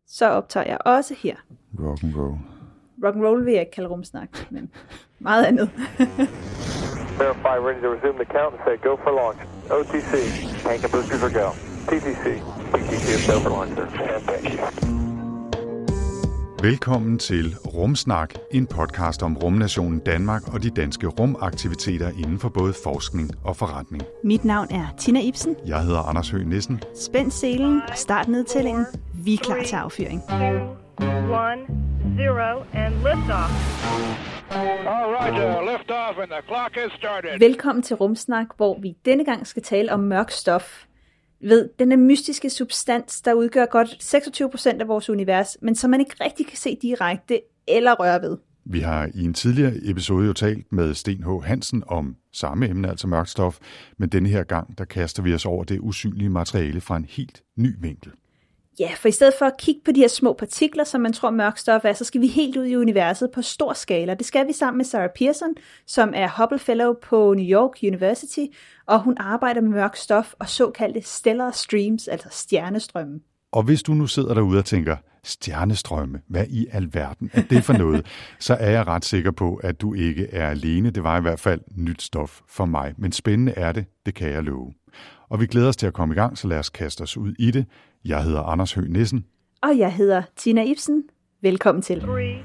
så optager jeg også her. Rock'n'roll. Rock'n'roll vil jeg ikke kalde rumsnak, men meget andet. Verify, ready to resume the count and say go for launch. OTC, tank and boosters are go. TTC, PTC is go for launch, sir. And thank you. Velkommen til Rumsnak, en podcast om rumnationen Danmark og de danske rumaktiviteter inden for både forskning og forretning. Mit navn er Tina Ibsen. Jeg hedder Anders Høgh Nissen. Spænd selen og start nedtællingen. Vi er klar til affyring. 2, 1, 0 and liftoff. All right, lift off and the clock has started. Velkommen til Rumsnak, hvor vi denne gang skal tale om mørk stof. Ved denne mystiske substans, der udgør godt 26% af vores univers, men som man ikke rigtig kan se direkte eller røre ved. Vi har i en tidligere episode jo talt med Sten H. Hansen om samme emne, altså mørk stof, men denne her gang, der kaster vi os over det usynlige materiale fra en helt ny vinkel. Ja, for i stedet for at kigge på de her små partikler, som man tror mørk stof er, så skal vi helt ud i universet på stor skala. Det skal vi sammen med Sarah Pearson, som er Hubble Fellow på New York University, og hun arbejder med mørk stof og såkaldte stellar streams, altså stjernestrømme. Og hvis du nu sidder derude og tænker, stjernestrømme, hvad i alverden er det for noget, så er jeg ret sikker på, at du ikke er alene. Det var i hvert fald nyt stof for mig, men spændende er det, det kan jeg love. Og vi glæder os til at komme i gang, så lad os kaste os ud i det. Jeg hedder Anders Høgh Nissen. Og jeg hedder Tina Ibsen. Velkommen til. 3, 2, 1, 0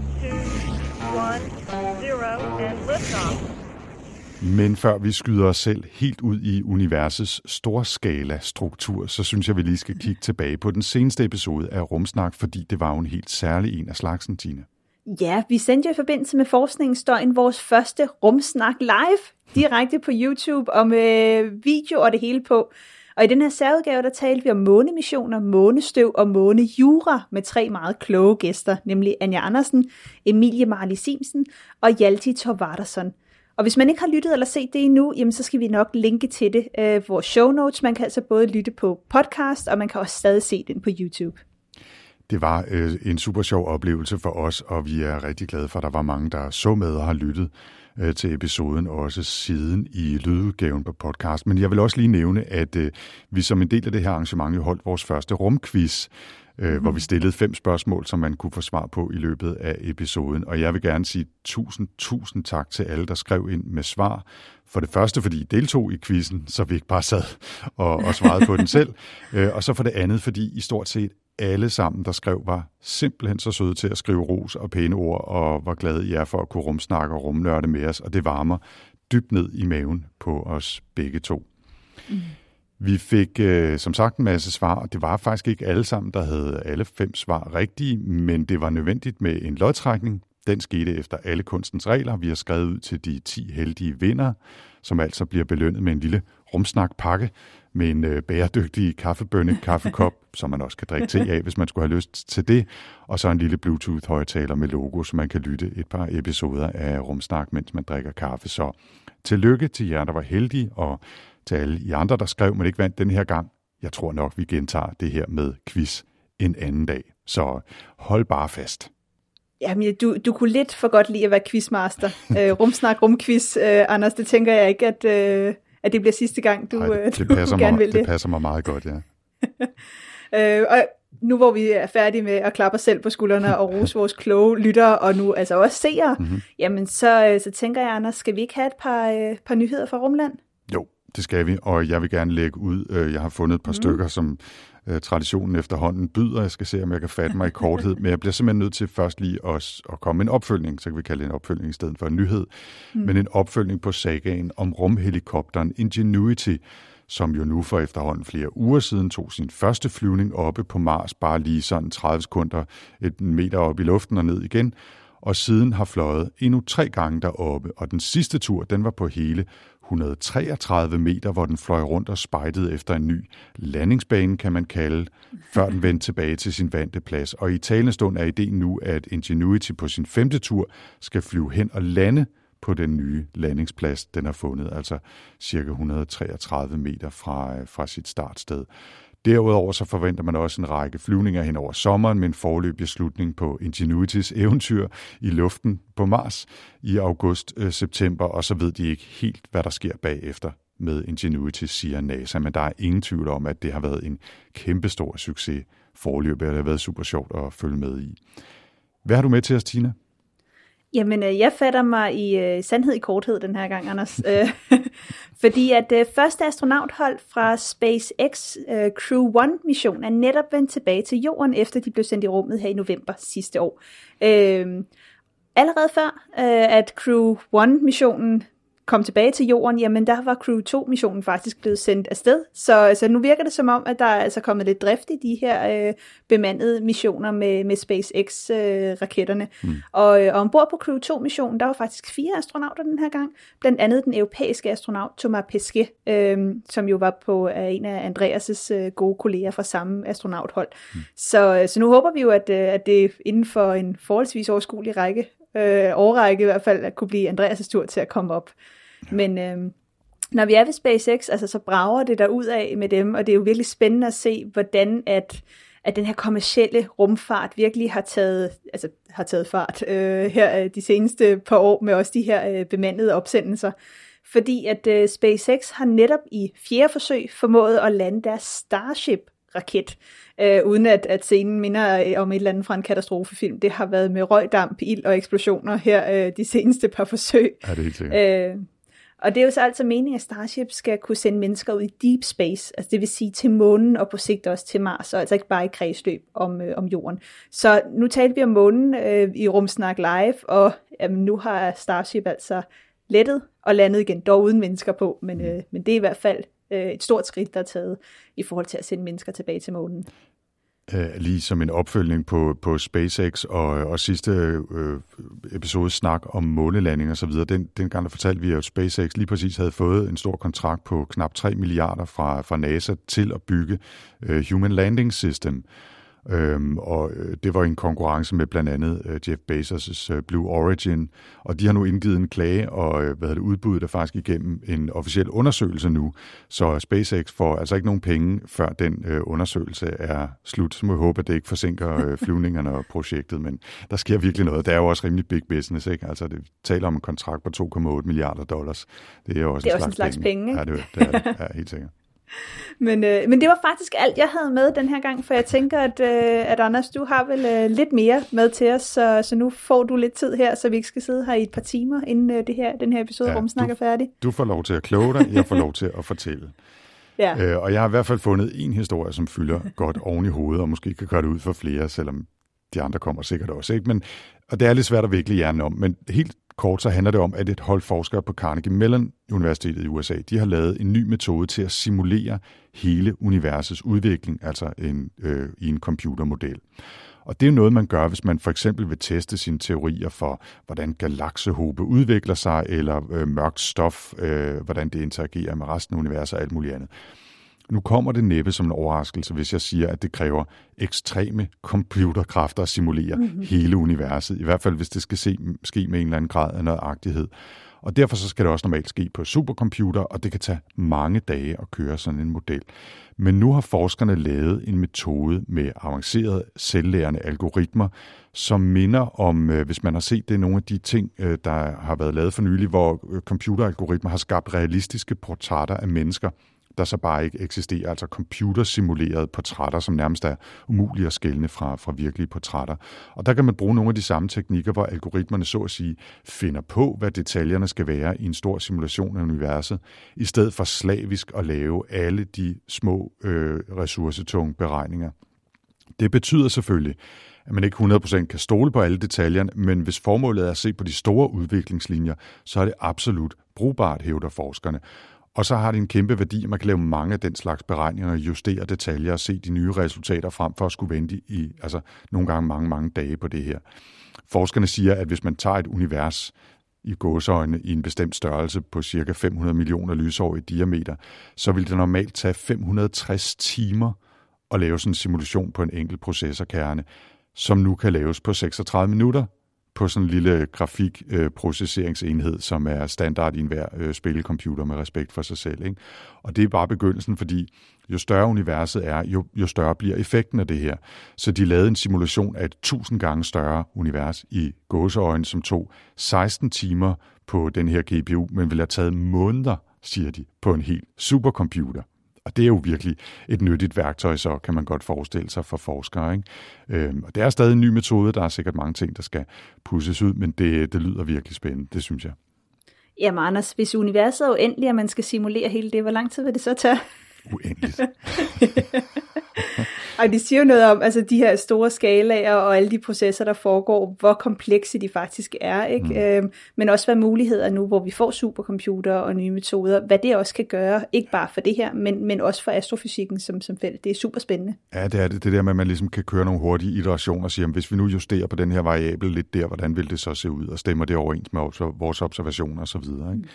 and liftoff. Men før vi skyder os selv helt ud i universets storskala-struktur, så synes jeg, vi lige skal kigge tilbage på den seneste episode af Rumsnak, fordi det var jo en helt særlig en af slagsen, Tina. Ja, vi sendte jo i forbindelse med forskningsstøjen vores første Rumsnak live, direkte på YouTube og med video og det hele på. Og i den her særudgave, der talte vi om månemissioner, månestøv og månejura med 3 meget kloge gæster, nemlig Anja Andersen, Emilie Marley Simsen og Hjalti Thorvardarsson. Og hvis man ikke har lyttet eller set det endnu, jamen så skal vi nok linke til det. Vores show notes, man kan altså både lytte på podcast, og man kan også stadig se den på YouTube. Det var en super sjov oplevelse for os, og vi er rigtig glade for, at der var mange, der så med og har lyttet til episoden, også siden i lydudgaven på podcast. Men jeg vil også lige nævne, at vi som en del af det her arrangement jo holdt vores første rumquiz, hvor vi stillede 5 spørgsmål, som man kunne få svar på i løbet af episoden. Og jeg vil gerne sige tusind tak til alle, der skrev ind med svar. For det første, fordi I deltog i quizzen, så vi ikke bare sad og svarede på den selv. Og så for det andet, fordi I stort set alle sammen, der skrev, var simpelthen så søde til at skrive ros og pæne ord, og var glade I er for at kunne rumsnakke og rumnørde med os. Og det varmer dybt ned i maven på os begge to. Vi fik som sagt en masse svar, og det var faktisk ikke alle sammen, der havde alle 5 svar rigtige, men det var nødvendigt med en lodtrækning. Den skete efter alle kunstens regler. Vi har skrevet ud til de 10 heldige vindere, som altså bliver belønnet med en lille rumsnakpakke med en bæredygtig kaffekop, som man også kan drikke te af, hvis man skulle have lyst til det, og så en lille Bluetooth-højttaler med logo, så man kan lytte et par episoder af Rumsnak, mens man drikker kaffe. Så tillykke til jer, der var heldige, og til alle I andre, der skrev, men ikke vandt den her gang. Jeg tror nok, vi gentager det her med quiz en anden dag. Så hold bare fast. Jamen, du kunne lidt for godt lide at være quizmaster. Rumsnak, rumquiz, Anders, det tænker jeg ikke, at det bliver sidste gang, du gerne vil det. Det passer mig meget godt, ja. Og nu hvor vi er færdige med at klappe os selv på skuldrene og rose vores kloge lyttere, og nu altså også seere, jamen så tænker jeg, Anders, skal vi ikke have et par nyheder fra Rumland? Jo, det skal vi, og jeg vil gerne lægge ud. Jeg har fundet et par stykker, som traditionen efterhånden byder. Jeg skal se, om jeg kan fatte mig i korthed, men jeg bliver simpelthen nødt til først lige at komme med en opfølgning, så kan vi kalde det en opfølgning i stedet for en nyhed, men en opfølgning på sagaen om rumhelikopteren Ingenuity, som jo nu for efterhånden flere uger siden tog sin første flyvning oppe på Mars, bare lige sådan 30 sekunder, et meter op i luften og ned igen, og siden har fløjet endnu 3 gange deroppe, og den sidste tur, den var på hele 133 meter, hvor den fløj rundt og spejdede efter en ny landingsbane, kan man kalde, før den vendte tilbage til sin vante plads. Og i talende stund er ideen nu, at Ingenuity på sin 5. tur skal flyve hen og lande på den nye landingsplads, den har fundet, altså cirka 133 meter fra sit startsted. Derudover så forventer man også en række flyvninger hen over sommeren med en foreløbig slutning på Ingenuitys eventyr i luften på Mars i august-september, og så ved de ikke helt, hvad der sker bagefter med Ingenuity, siger NASA, men der er ingen tvivl om, at det har været en kæmpestor succes foreløbig, og det har været super sjovt at følge med i. Hvad har du med til os, Tina? Jamen, jeg fatter mig i sandhed i korthed den her gang, Anders. Fordi at første astronauthold fra SpaceX Crew One-mission er netop vendt tilbage til jorden, efter de blev sendt i rummet her i november sidste år. Allerede før, at Crew One-missionen kom tilbage til jorden, jamen der var Crew 2-missionen faktisk blevet sendt afsted. Så nu virker det som om, at der er altså kommet lidt drift i de her bemandede missioner med SpaceX-raketterne. Og ombord på Crew 2-missionen, der var faktisk 4 astronauter den her gang. Blandt andet den europæiske astronaut Thomas Pesquet, som jo var på en af Andreas' gode kolleger fra samme astronauthold. Så nu håber vi jo, at det inden for en forholdsvis overskuelig årrække i hvert fald, at kunne blive Andreas' tur til at komme op. Men når vi er ved SpaceX, altså, så brager det der ud af med dem, og det er jo virkelig spændende at se, hvordan at den her kommercielle rumfart virkelig har taget fart her de seneste par år med også de her bemandede opsendelser. Fordi at SpaceX har netop i 4. forsøg formået at lande deres Starship-raket, uden at scenen minder om et eller andet fra en katastrofefilm. Det har været med røgdamp, ild og eksplosioner her de seneste par forsøg. Ja, det er helt sikkert. Og det er jo så altså meningen, at Starship skal kunne sende mennesker ud i deep space, altså det vil sige til månen og på sigt også til Mars, og altså ikke bare i kredsløb om jorden. Så nu talte vi om månen i Rumsnak Live, og nu har Starship altså lettet og landet igen, dog uden mennesker på, men det er i hvert fald et stort skridt, der er taget i forhold til at sende mennesker tilbage til månen. Lige som en opfølgning på SpaceX og sidste episode snak om månelanding og så videre, den gang der fortalte vi, at SpaceX lige præcis havde fået en stor kontrakt på knap 3 milliarder fra NASA til at bygge Human Landing System. Og det var en konkurrence med blandt andet Jeff Bezos' Blue Origin, og de har nu indgivet en klage, og udbuddet er faktisk igennem en officiel undersøgelse nu, så SpaceX får altså ikke nogen penge, før den undersøgelse er slut. Så må jeg håbe, at det ikke forsinker flyvningerne og projektet, men der sker virkelig noget. Det er jo også rimelig big business, ikke? Altså det taler om en kontrakt på $2,8 milliarder. Det er jo også en slags penge. Ja, det er helt sikkert. Men det var faktisk alt, jeg havde med den her gang, for jeg tænker, at Anders, du har vel lidt mere med til os, så nu får du lidt tid her, så vi ikke skal sidde her i et par timer, inden den her episode Rumsnak er færdig. Du får lov til at kloge dig, jeg får lov til at fortælle. Ja. Og jeg har i hvert fald fundet en historie, som fylder godt oven i hovedet, og måske kan gøre det ud for flere, selvom de andre kommer sikkert også, ikke? Og det er lidt svært at vikle hjernen om, men helt kort så handler det om, at et hold forskere på Carnegie Mellon Universitetet i USA, de har lavet en ny metode til at simulere hele universets udvikling, altså i en computermodel. Og det er noget, man gør, hvis man for eksempel vil teste sine teorier for, hvordan galaksehobe udvikler sig, eller mørkt stof, hvordan det interagerer med resten af universet og alt muligt andet. Nu kommer det næppe som en overraskelse, hvis jeg siger, at det kræver ekstreme computerkræfter at simulere hele universet. I hvert fald, hvis det skal ske med en eller anden grad af nøjagtighed. Og derfor så skal det også normalt ske på supercomputer, og det kan tage mange dage at køre sådan en model. Men nu har forskerne lavet en metode med avancerede selvlærende algoritmer, som minder om, hvis man har set det, nogle af de ting, der har været lavet for nylig, hvor computeralgoritmer har skabt realistiske portrætter af mennesker, der så bare ikke eksisterer, altså computersimulerede portrætter, som nærmest er umulige at skelne fra virkelige portrætter. Og der kan man bruge nogle af de samme teknikker, hvor algoritmerne så at sige finder på, hvad detaljerne skal være i en stor simulation af universet, i stedet for slavisk at lave alle de små ressourcetunge beregninger. Det betyder selvfølgelig, at man ikke 100% kan stole på alle detaljerne, men hvis formålet er at se på de store udviklingslinjer, så er det absolut brugbart, hævder forskerne. Og så har det en kæmpe værdi, at man kan lave mange af den slags beregninger, justere detaljer og se de nye resultater frem for at skulle vente i nogle gange mange dage på det her. Forskerne siger, at hvis man tager et univers i gåseøjne i en bestemt størrelse på ca. 500 millioner lysår i diameter, så vil det normalt tage 560 timer at lave sådan en simulation på en enkelt processorkerne, som nu kan laves på 36 minutter på sådan en lille grafikprocesseringsenhed, som er standard i enhver spillecomputer med respekt for sig selv, ikke? Og det er bare begyndelsen, fordi jo større universet er, jo større bliver effekten af det her. Så de lavede en simulation af et 1000 gange større univers i gåseøjne, som tog 16 timer på den her GPU, men ville have taget måneder, siger de, på en helt supercomputer. Og det er jo virkelig et nyttigt værktøj, så kan man godt forestille sig for forskere. Ikke? Og det er stadig en ny metode. Der er sikkert mange ting, der skal pusses ud, men det lyder virkelig spændende, det synes jeg. Jamen Anders, hvis universet er uendeligt, og man skal simulere hele det, hvor lang tid vil det så tage? Uendeligt. Og de siger jo noget om altså de her store skalaer og alle de processer, der foregår, hvor komplekse de faktisk er, ikke? Men også hvad muligheder nu, hvor vi får supercomputere og nye metoder, hvad det også kan gøre, ikke bare for det her, men også for astrofysikken som felt. Det er super spændende. Ja, det er det. Det der med, at man ligesom kan køre nogle hurtige iterationer og sige, hvis vi nu justerer på den her variabel lidt der, hvordan vil det så se ud, og stemmer det overens med vores observationer og så videre, ikke?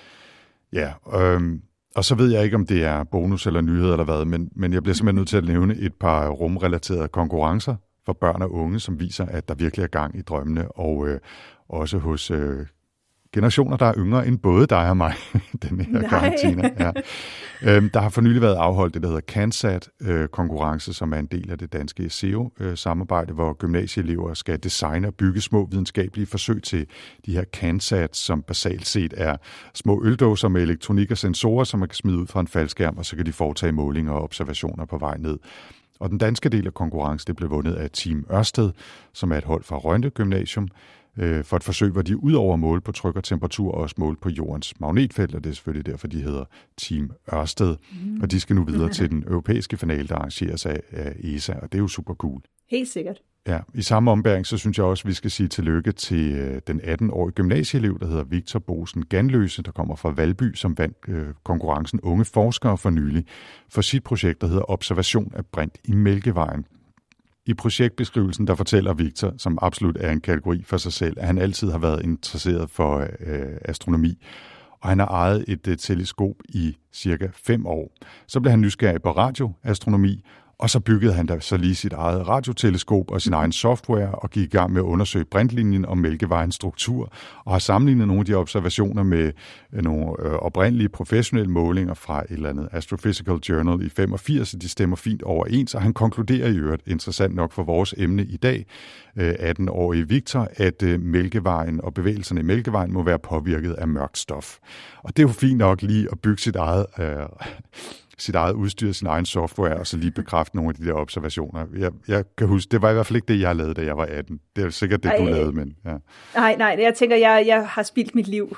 Ja, og så ved jeg ikke, om det er bonus eller nyhed eller hvad, men jeg bliver simpelthen nødt til at nævne et par rumrelaterede konkurrencer for børn og unge, som viser, at der virkelig er gang i drømmene, og også hos generationer, der er yngre end både dig og mig, den her gang, Tina. Ja. Der har for nylig været afholdt det, der hedder CanSat-konkurrence, som er en del af det danske SEO-samarbejde, hvor gymnasieelever skal designe og bygge små videnskabelige forsøg til de her CanSat, som basalt set er små øldåser med elektronik og sensorer, som man kan smide ud fra en faldskærm, og så kan de foretage målinger og observationer på vej ned. Og den danske del af konkurrencen, det blev vundet af Team Ørsted, som er et hold fra Rønde Gymnasium, for et forsøg, hvor de udover at måle på tryk og temperatur også måle på jordens magnetfelt, og det er selvfølgelig derfor, de hedder Team Ørsted. Og de skal nu videre til den europæiske finale, der arrangeres af ESA, og det er jo super cool. Helt sikkert. Ja, i samme ombæring, så synes jeg også, at vi skal sige tillykke til den 18-årige gymnasieelev, der hedder Victor Bosen Ganløse, der kommer fra Valby, som vandt konkurrencen Unge Forskere for nylig, for sit projekt, der hedder Observation af brint i Mælkevejen. I projektbeskrivelsen, der fortæller Victor, som absolut er en kategori for sig selv, at han altid har været interesseret for astronomi, og han har ejet et teleskop i cirka 5 år. Så blev han nysgerrig på radioastronomi, og så byggede han da så lige sit eget radioteleskop og sin egen software og gik i gang med at undersøge brintlinjen og Mælkevejens struktur og har sammenlignet nogle af de observationer med nogle oprindelige professionelle målinger fra et eller andet Astrophysical Journal i 85, de stemmer fint overens, og han konkluderer i øvrigt, interessant nok for vores emne i dag, 18-årige Victor, at Mælkevejen og bevægelserne i Mælkevejen må være påvirket af mørkt stof. Og det er jo fint nok lige at bygge sit eget udstyr, sin egen software, og så lige bekræfte nogle af de der observationer. Jeg kan huske, det var i hvert fald ikke det, jeg lavede, da jeg var 18. Det er sikkert det, du lavede, men ja. Nej, jeg tænker, jeg har spildt mit liv.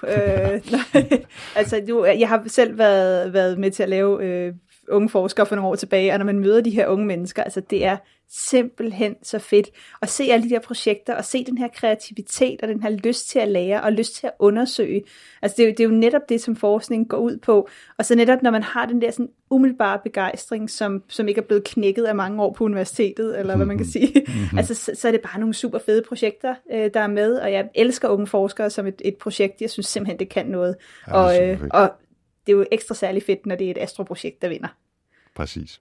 Altså, jeg har selv været med til at lave unge forskere for nogle år tilbage, og når man møder de her unge mennesker, altså det er simpelthen så fedt at se alle de her projekter, og se den her kreativitet, og den her lyst til at lære, og lyst til at undersøge. Altså det er jo netop det, som forskning går ud på. Og så netop, når man har den der sådan umiddelbare begejstring, som ikke er blevet knækket af mange år på universitetet, eller hvad man kan sige, altså så er det bare nogle super fede projekter, der er med, og jeg elsker unge forskere som et projekt. Jeg synes simpelthen, det kan noget. Ja, og det er jo ekstra særlig fedt, når det er et astroprojekt, der vinder. Præcis.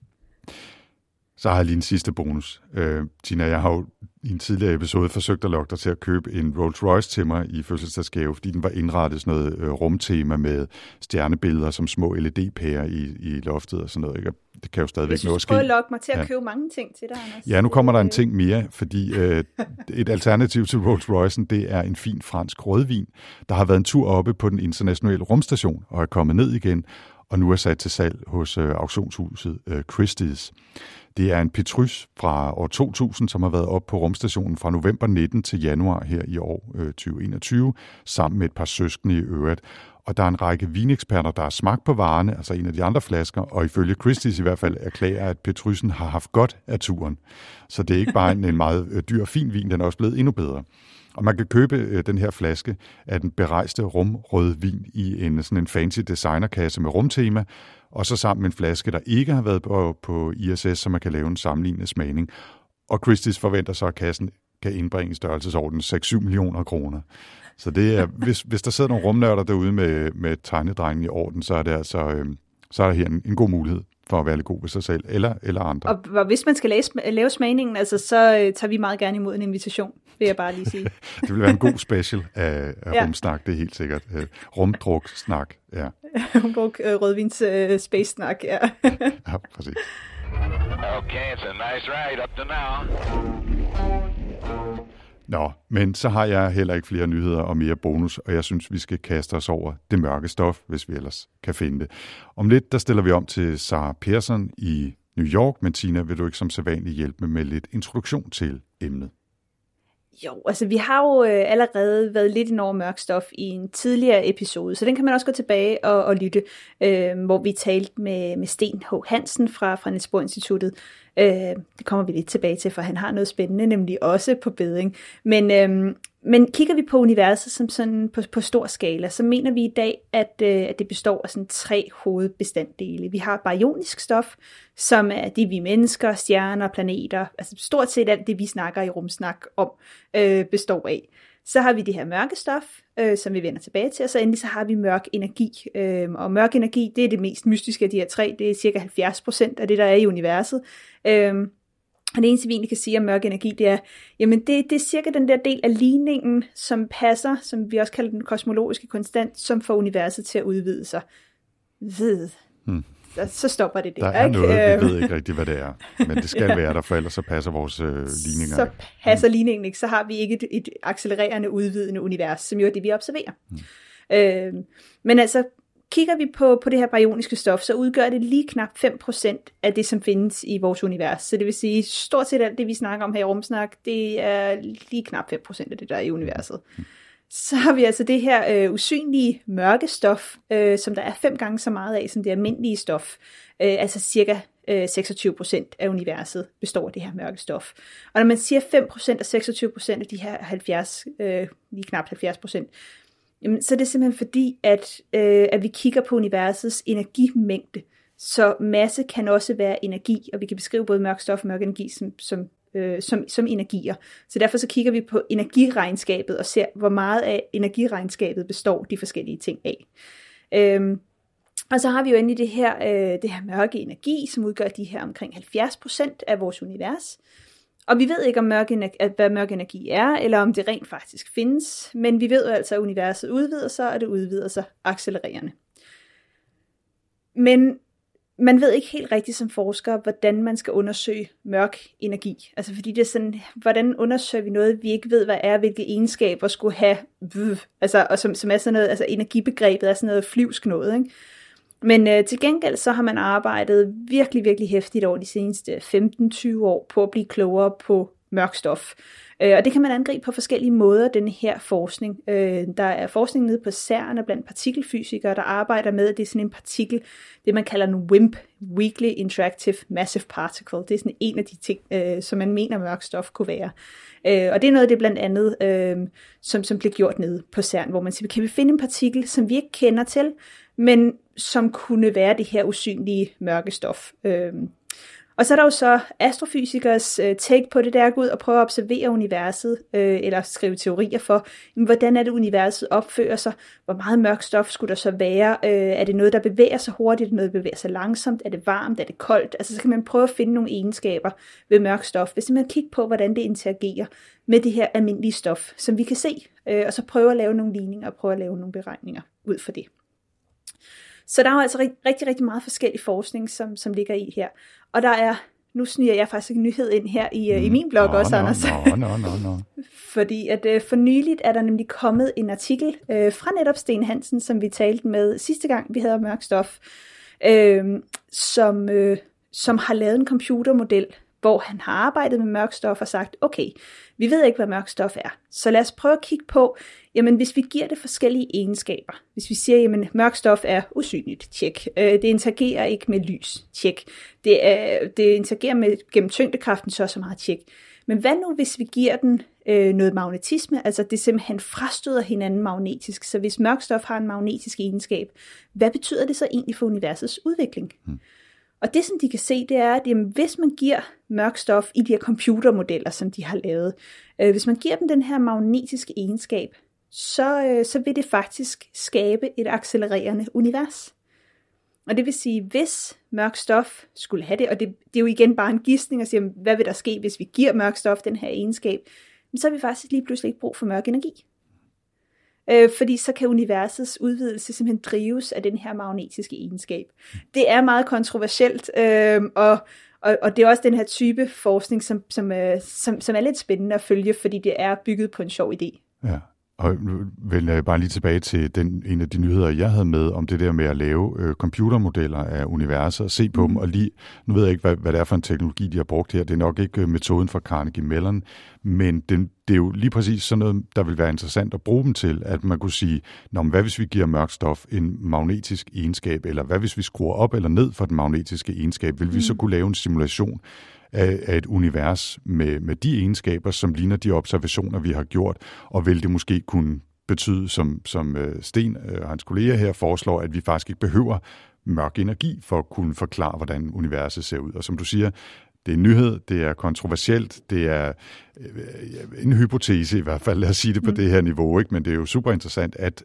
Så har jeg lige en sidste bonus. Tina, jeg har jo i en tidligere episode forsøgt at lokke dig til at købe en Rolls Royce til mig i fødselsdagsgave, fordi den var indrettet sådan noget rumtema med stjernebilleder som små LED-pærer i loftet og sådan noget. Ikke? Det kan jo stadigvæk nå at ske. Prøv at lokke mig til at købe mange ting til dig, Anders. Ja, nu kommer der en ting mere, fordi et alternativ til Rolls Royce'en, det er en fin fransk rødvin, der har været en tur oppe på den internationale rumstation og er kommet ned igen, og nu er sat til salg hos auktionshuset Christie's. Det er en Petrus fra år 2000, som har været op på rumstationen fra november 19 til januar her i år 2021, sammen med et par søskende i øvrigt. Og der er en række vineksperter, der har smagt på varerne, altså en af de andre flasker, og ifølge Christie's i hvert fald erklærer, at Petrusen har haft godt af turen. Så det er ikke bare en meget dyr fin vin, den er også blevet endnu bedre. Og man kan købe den her flaske af den berejste rumrødvin i sådan en fancy designerkasse med rumtema, og så sammen med en flaske, der ikke har været på ISS, så man kan lave en sammenlignende smagning. Og Christie's forventer så, at kassen kan indbringe i størrelsesorden 6-7 millioner kroner. Så det er, hvis der sidder nogle rumnørder derude med tegnedrengen i orden, så er det altså, så er der her en god mulighed for at være lidt god ved sig selv, eller andre. Og hvis man skal lave smagningen, altså, så tager vi meget gerne imod en invitation, vil jeg bare lige sige. Det vil være en god special af rumsnak, det er helt sikkert. Rumdruk-snak, ja. Rumdruk, rødvins space-snak, ja. Ja, præcis. Okay, it's a nice ride up to now. Nå, men så har jeg heller ikke flere nyheder og mere bonus, og jeg synes, vi skal kaste os over det mørke stof, hvis vi ellers kan finde det. Om lidt, der stiller vi om til Sarah Persson i New York, men Tina, vil du ikke som sædvanligt hjælpe med lidt introduktion til emnet? Jo, altså vi har jo allerede været lidt ind over mørk stof i en tidligere episode, så den kan man også gå tilbage og lytte, hvor vi talte med Sten H. Hansen fra Niels Bohr Instituttet. Det kommer vi lidt tilbage til, for han har noget spændende, nemlig også på beding. Men kigger vi på universet som sådan på stor skala, så mener vi i dag, at det består af sådan 3 hovedbestanddele. Vi har baryonisk stof, som er det vi mennesker, stjerner, planeter, altså stort set alt det vi snakker i rumsnak om, består af. Så har vi det her mørke stof, som vi vender tilbage til, og så endelig så har vi mørk energi. Og mørk energi, det er det mest mystiske af de her 3, det er cirka 70% af det, der er i universet. Og det eneste, vi egentlig kan sige om mørk energi, det er, jamen det er cirka den der del af ligningen, som passer, som vi også kalder den kosmologiske konstant, som får universet til at udvide sig. Så stopper det der. Der er noget, vi ved ikke rigtigt, hvad det er, men det skal være der, for ellers så passer vores ligninger. Så passer ligningen ikke, så har vi ikke et accelererende, udvidende univers, som jo er det, vi observerer. Men altså, kigger vi på det her baryoniske stof, så udgør det lige knap 5% af det, som findes i vores univers. Så det vil sige, stort set alt det, vi snakker om her i Rumsnak, det er lige knap 5% af det, der er i universet. Så har vi altså det her usynlige mørke stof, som der er 5 gange så meget af, som det almindelige stof. Altså cirka 26% af universet består af det her mørke stof. Og når man siger 5% og 26% af de her 70, lige knap 70%, jamen, så er det simpelthen fordi, at vi kigger på universets energimængde. Så masse kan også være energi, og vi kan beskrive både mørk stof og mørk energi som energier. Så derfor så kigger vi på energiregnskabet og ser, hvor meget af energiregnskabet består de forskellige ting af. Og så har vi jo endelig det her mørke energi, som udgør de her omkring 70% af vores univers. Og vi ved ikke, hvad mørk energi er, eller om det rent faktisk findes, men vi ved jo altså, at universet udvider sig, og det udvider sig accelererende. Men man ved ikke helt rigtigt som forsker, hvordan man skal undersøge mørk energi. Altså fordi det er sådan, hvordan undersøger vi noget, vi ikke ved, hvad er, hvilke egenskaber skulle have, altså, og som er sådan noget, altså energibegrebet er sådan noget flyvsk noget, ikke? Men til gengæld så har man arbejdet virkelig, virkelig hæftigt over de seneste 15-20 år på at blive klogere på mørk stof. Og det kan man angribe på forskellige måder, den her forskning. Der er forskning nede på CERN og blandt partikelfysikere, der arbejder med, at det er sådan en partikel, det man kalder en WIMP, Weakly Interactive Massive Particle. Det er sådan en af de ting, som man mener mørk stof kunne være. Og det er noget af det blandt andet, som bliver gjort nede på CERN, hvor man siger, kan vi finde en partikel, som vi ikke kender til, men som kunne være det her usynlige mørke stof. Og så er der jo så astrofysikers take på det der, at gå ud og prøve at observere universet, eller skrive teorier for, hvordan er det universet opfører sig, hvor meget mørk stof skulle der så være, er det noget, der bevæger sig hurtigt, er det noget, der bevæger sig langsomt, er det varmt, er det koldt, altså så kan man prøve at finde nogle egenskaber ved mørk stof, hvis man kigger på, hvordan det interagerer med det her almindelige stof, som vi kan se, og så prøve at lave nogle ligninger og prøve at lave nogle beregninger ud for det. Så der er jo altså rigtig, rigtig meget forskellig forskning, som ligger i her. Og der er, nu sniger jeg faktisk en nyhed ind her i min blog også, Anders. Fordi at for nyligt er der nemlig kommet en artikel fra netop Sten Hansen, som vi talte med sidste gang, vi havde mørk stof, som har lavet en computermodel, hvor han har arbejdet med mørk stof og sagt, okay, vi ved ikke, hvad mørk stof er, så lad os prøve at kigge på, jamen hvis vi giver det forskellige egenskaber, hvis vi siger, jamen mørk stof er usynligt, tjek, det interagerer ikke med lys, tjek, det interagerer gennem tyngdekraften, så meget, tjek, men hvad nu, hvis vi giver den noget magnetisme, altså det simpelthen frastøder hinanden magnetisk, så hvis mørk stof har en magnetisk egenskab, hvad betyder det så egentlig for universets udvikling? Og det, som de kan se, det er, at jamen, hvis man giver mørk stof i de her computermodeller, som de har lavet, hvis man giver dem den her magnetiske egenskab, så vil det faktisk skabe et accelererende univers. Og det vil sige, hvis mørk stof skulle have det, og det er jo igen bare en gidsning at sige, hvad vil der ske, hvis vi giver mørk stof den her egenskab, så har vi faktisk lige pludselig ikke brug for mørk energi. Fordi så kan universets udvidelse simpelthen drives af den her magnetiske egenskab. Det er meget kontroversielt, Og det er også den her type forskning, som er lidt spændende at følge, fordi det er bygget på en sjov idé. Ja. Og vil jeg bare lige tilbage til en af de nyheder, jeg havde med, om det der med at lave computermodeller af universet, og se på dem, og lige, nu ved jeg ikke, hvad det er for en teknologi, de har brugt her, det er nok ikke metoden fra Carnegie Mellon, men det er jo lige præcis sådan noget, der vil være interessant at bruge dem til, at man kunne sige, hvad hvis vi giver mørkt stof en magnetisk egenskab, eller hvad hvis vi skruer op eller ned for den magnetiske egenskab, vil vi så kunne lave en simulation af et univers med de egenskaber, som ligner de observationer, vi har gjort, og vil det måske kunne betyde, som Sten og hans kolleger her foreslår, at vi faktisk ikke behøver mørk energi for at kunne forklare, hvordan universet ser ud. Og som du siger, det er en nyhed, det er kontroversielt, det er en hypotese i hvert fald, lad os sige det på det her niveau, ikke? Men det er jo super interessant, at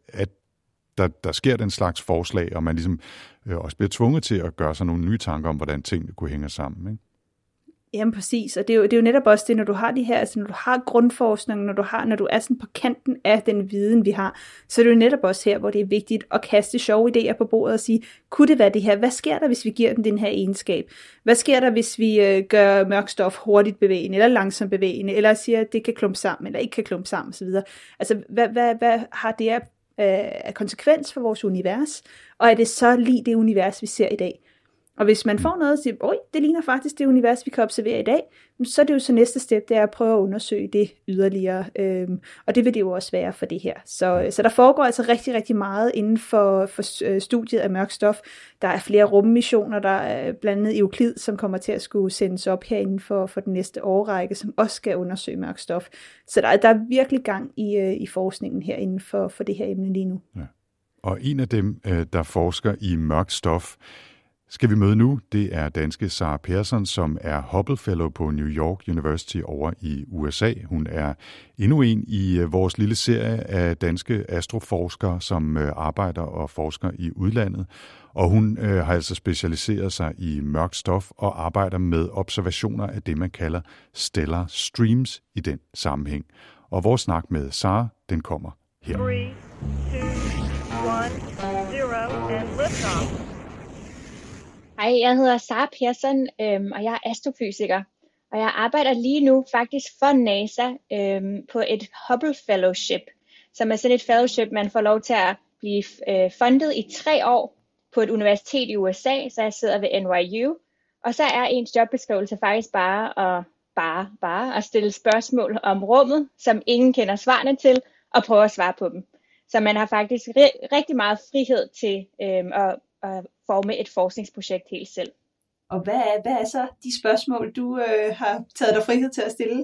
der sker den slags forslag, og man ligesom også bliver tvunget til at gøre sig nogle nye tanker om, hvordan tingene kunne hænge sammen, ikke? Jamen præcis, og det er jo netop også det, når du har de her, altså når du har grundforskning, når du er sådan på kanten af den viden, vi har, så er det jo netop også her, hvor det er vigtigt at kaste sjove idéer på bordet og sige, kunne det være det her? Hvad sker der, hvis vi giver den her egenskab? Hvad sker der, hvis vi gør mørk stof hurtigt bevægende, eller langsomt bevægende, eller siger, at det kan klumpe sammen, eller ikke kan klumpe sammen osv.? Altså, hvad har det af konsekvens for vores univers? Og er det så lige det univers, vi ser i dag? Og hvis man får noget og siger, det ligner faktisk det univers, vi kan observere i dag, så er det jo så næste step, det er at prøve at undersøge det yderligere. Og det vil det jo også være for det her. Så der foregår altså rigtig, rigtig meget inden for studiet af mørk stof. Der er flere rummissioner, der er blandt andet Euklid, som kommer til at skulle sendes op her inden for den næste årrække, som også skal undersøge mørk stof. Så der er virkelig gang i forskningen her inden for det her emne lige nu. Ja. Og en af dem, der forsker i mørk stof, skal vi møde nu, det er danske Sarah Persson, som er Hubble Fellow på New York University over i USA. Hun er endnu en i vores lille serie af danske astroforskere, som arbejder og forsker i udlandet. Og hun har altså specialiseret sig i mørkt stof og arbejder med observationer af det, man kalder stellar streams i den sammenhæng. Og vores snak med Sarah, den kommer her. 3, 2, 1, 0, and liftoff. Hej, jeg hedder Sarah Persson, og jeg er astrofysiker. Og jeg arbejder lige nu faktisk for NASA på et Hubble Fellowship, som er sådan et fellowship, man får lov til at blive fundet i 3 år på et universitet i USA, så jeg sidder ved NYU. Og så er ens jobbeskrivelse faktisk bare at stille spørgsmål om rummet, som ingen kender svarene til, og prøve at svare på dem. Så man har faktisk rigtig meget frihed til at forme et forskningsprojekt helt selv. Og hvad er så de spørgsmål, du har taget dig frihed til at stille?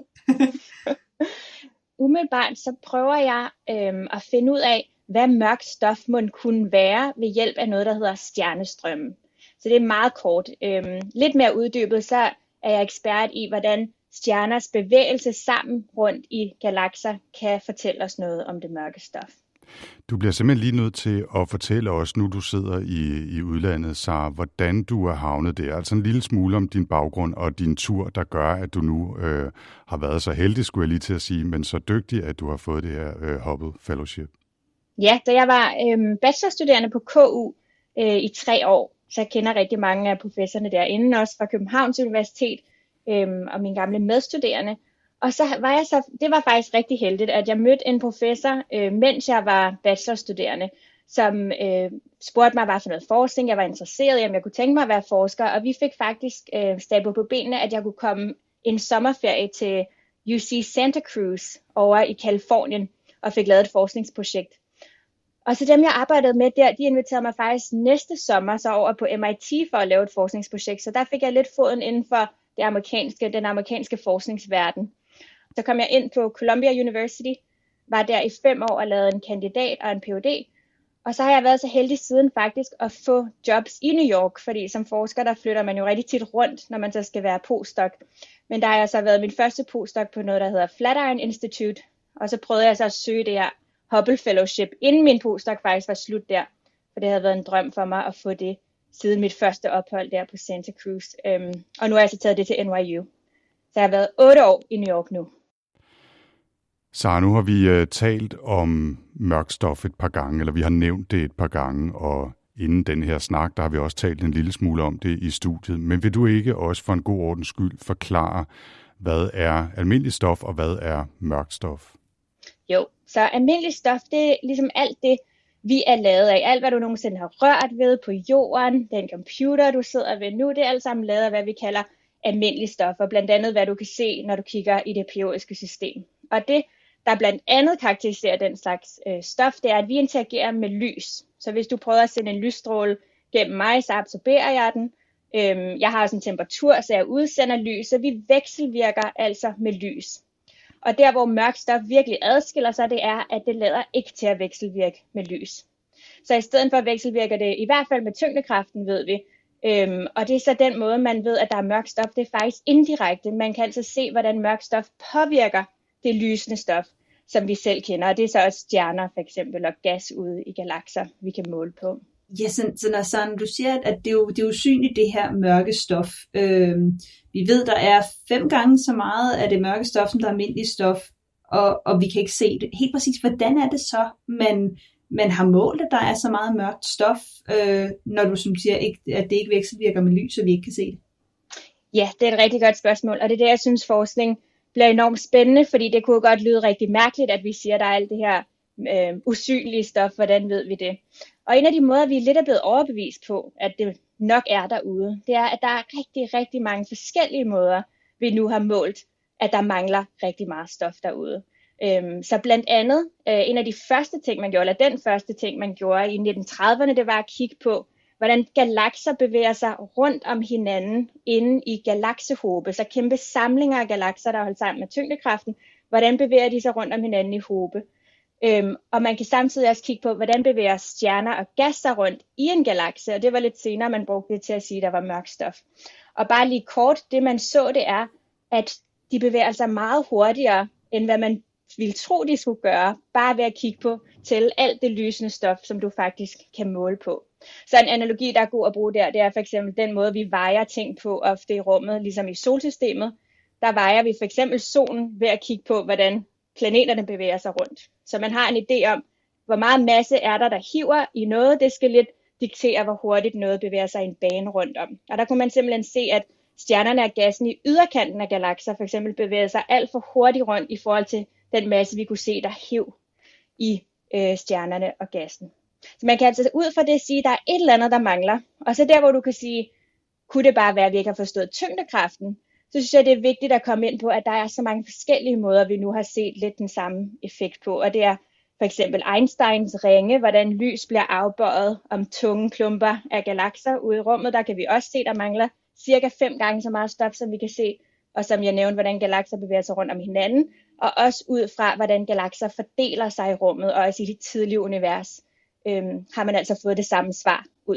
Umiddelbart så prøver jeg at finde ud af, hvad mørkt stof må kunne være ved hjælp af noget, der hedder stjernestrømme. Så det er meget kort. Lidt mere uddybet, så er jeg ekspert i, hvordan stjerners bevægelse sammen rundt i galakser kan fortælle os noget om det mørke stof. Du bliver simpelthen lige nødt til at fortælle os, nu du sidder i udlandet, Sarah, hvordan du er havnet der. Altså en lille smule om din baggrund og din tur, der gør, at du nu har været så heldig, skulle jeg lige til at sige, men så dygtig, at du har fået det her Hubble Fellowship. Ja, da jeg var bachelorstuderende på KU i 3 år, så jeg kender rigtig mange af professorerne derinde, også fra Københavns Universitet og mine gamle medstuderende. Og så var det var faktisk rigtig heldigt, at jeg mødte en professor, mens jeg var bachelorstuderende, som spurgte mig, hvad for noget forskning jeg var interesseret i, om jeg kunne tænke mig at være forsker. Og vi fik faktisk stablet på benene, at jeg kunne komme en sommerferie til UC Santa Cruz over i Californien og fik lavet et forskningsprojekt. Og så dem, jeg arbejdede med der, de inviterede mig faktisk næste sommer så over på MIT for at lave et forskningsprojekt. Så der fik jeg lidt foden inden for den amerikanske forskningsverden. Så kom jeg ind på Columbia University, var der i 5 år og lavede en kandidat og en PhD. Og så har jeg været så heldig siden faktisk at få jobs i New York, fordi som forsker, der flytter man jo rigtig tit rundt, når man så skal være postdoc. Men der har jeg så været min første postdoc på noget, der hedder Flatiron Institute. Og så prøvede jeg så at søge det her Hubble Fellowship, inden min postdoc faktisk var slut der. For det havde været en drøm for mig at få det siden mit første ophold der på Santa Cruz. Og nu har jeg så taget det til NYU. Så jeg har været 8 år i New York nu. Så nu har vi talt om mørk stof et par gange, eller vi har nævnt det et par gange, og inden den her snak, der har vi også talt en lille smule om det i studiet. Men vil du ikke også for en god ordens skyld forklare, hvad er almindeligt stof, og hvad er mørkt stof? Jo, så almindeligt stof, det er ligesom alt det, vi er lavet af. Alt, hvad du nogensinde har rørt ved på jorden, den computer, du sidder ved nu, det er alt sammen lavet af, hvad vi kalder almindeligt stof, og blandt andet, hvad du kan se, når du kigger i det periodiske system. Og det, der blandt andet karakteriserer den slags stof, det er, at vi interagerer med lys. Så hvis du prøver at sende en lysstråle gennem mig, så absorberer jeg den. Jeg har også en temperatur, så jeg udsender lys, så vi vekselvirker altså med lys. Og der, hvor mørkt stof virkelig adskiller sig, det er, at det lader ikke til at vekselvirke med lys. Så i stedet for vekselvirker det i hvert fald med tyngdekraften, ved vi. Og det er så den måde, man ved, at der er mørkt stof. Det er faktisk indirekte. Man kan altså se, hvordan mørkt stof påvirker det lysende stof, som vi selv kender. Og det er så også stjerner for eksempel, og gas ude i galakser, vi kan måle på. Ja, så når du siger, at det er usynligt, det her mørke stof. Vi ved, der er 5 gange så meget af det mørke stof, som der er almindeligt stof, og vi kan ikke se det. Helt præcis, hvordan er det så, man har målt, at der er så meget mørkt stof, når du som siger, at det ikke vekselvirker med lys, så vi ikke kan se det? Ja, det er et rigtig godt spørgsmål, og det er det, jeg synes, forskning bliver enormt spændende, fordi det kunne godt lyde rigtig mærkeligt, at vi siger, at der er alt det her usynlige stof. Hvordan ved vi det? Og en af de måder, vi lidt er blevet overbevist på, at det nok er derude, det er, at der er rigtig, rigtig mange forskellige måder, vi nu har målt, at der mangler rigtig meget stof derude. Så blandt andet, en af de første ting, man gjorde, eller den første ting, man gjorde i 1930'erne, det var at kigge på, hvordan galakser bevæger sig rundt om hinanden inde i galaksehobe. Så kæmpe samlinger af galakser, der er holdt sammen med tyngdekraften, hvordan bevæger de sig rundt om hinanden i hobe. Og man kan samtidig også kigge på, hvordan bevæger stjerner og gas sig rundt i en galakse, og det var lidt senere, man brugte det til at sige, at der var mørkt stof. Og bare lige kort, det man så, det er, at de bevæger sig meget hurtigere, end hvad man ville tro, de skulle gøre, bare ved at kigge på til alt det lysende stof, som du faktisk kan måle på. Så en analogi, der er god at bruge der, det er for eksempel den måde, vi vejer ting på ofte i rummet, ligesom i solsystemet. Der vejer vi for eksempel solen ved at kigge på, hvordan planeterne bevæger sig rundt. Så man har en idé om, hvor meget masse er der hiver i noget. Det skal lidt diktere, hvor hurtigt noget bevæger sig i en bane rundt om. Og der kunne man simpelthen se, at stjernerne og gassen i yderkanten af galakser for eksempel bevæger sig alt for hurtigt rundt i forhold til den masse, vi kunne se, der hiv i stjernerne og gassen. Så man kan altså ud fra det sige, at der er et eller andet, der mangler. Og så der, hvor du kan sige, kunne det bare være, at vi ikke har forstået tyngdekraften, så synes jeg, det er vigtigt at komme ind på, at der er så mange forskellige måder, vi nu har set lidt den samme effekt på. Og det er for eksempel Einsteins ringe, hvordan lys bliver afbøjet om tunge klumper af galakser ude i rummet. Der kan vi også se, der mangler cirka 5 gange så meget stof, som vi kan se. Og som jeg nævnte, hvordan galakser bevæger sig rundt om hinanden. Og også ud fra, hvordan galakser fordeler sig i rummet, og også i det tidlige univers, har man altså fået det samme svar ud.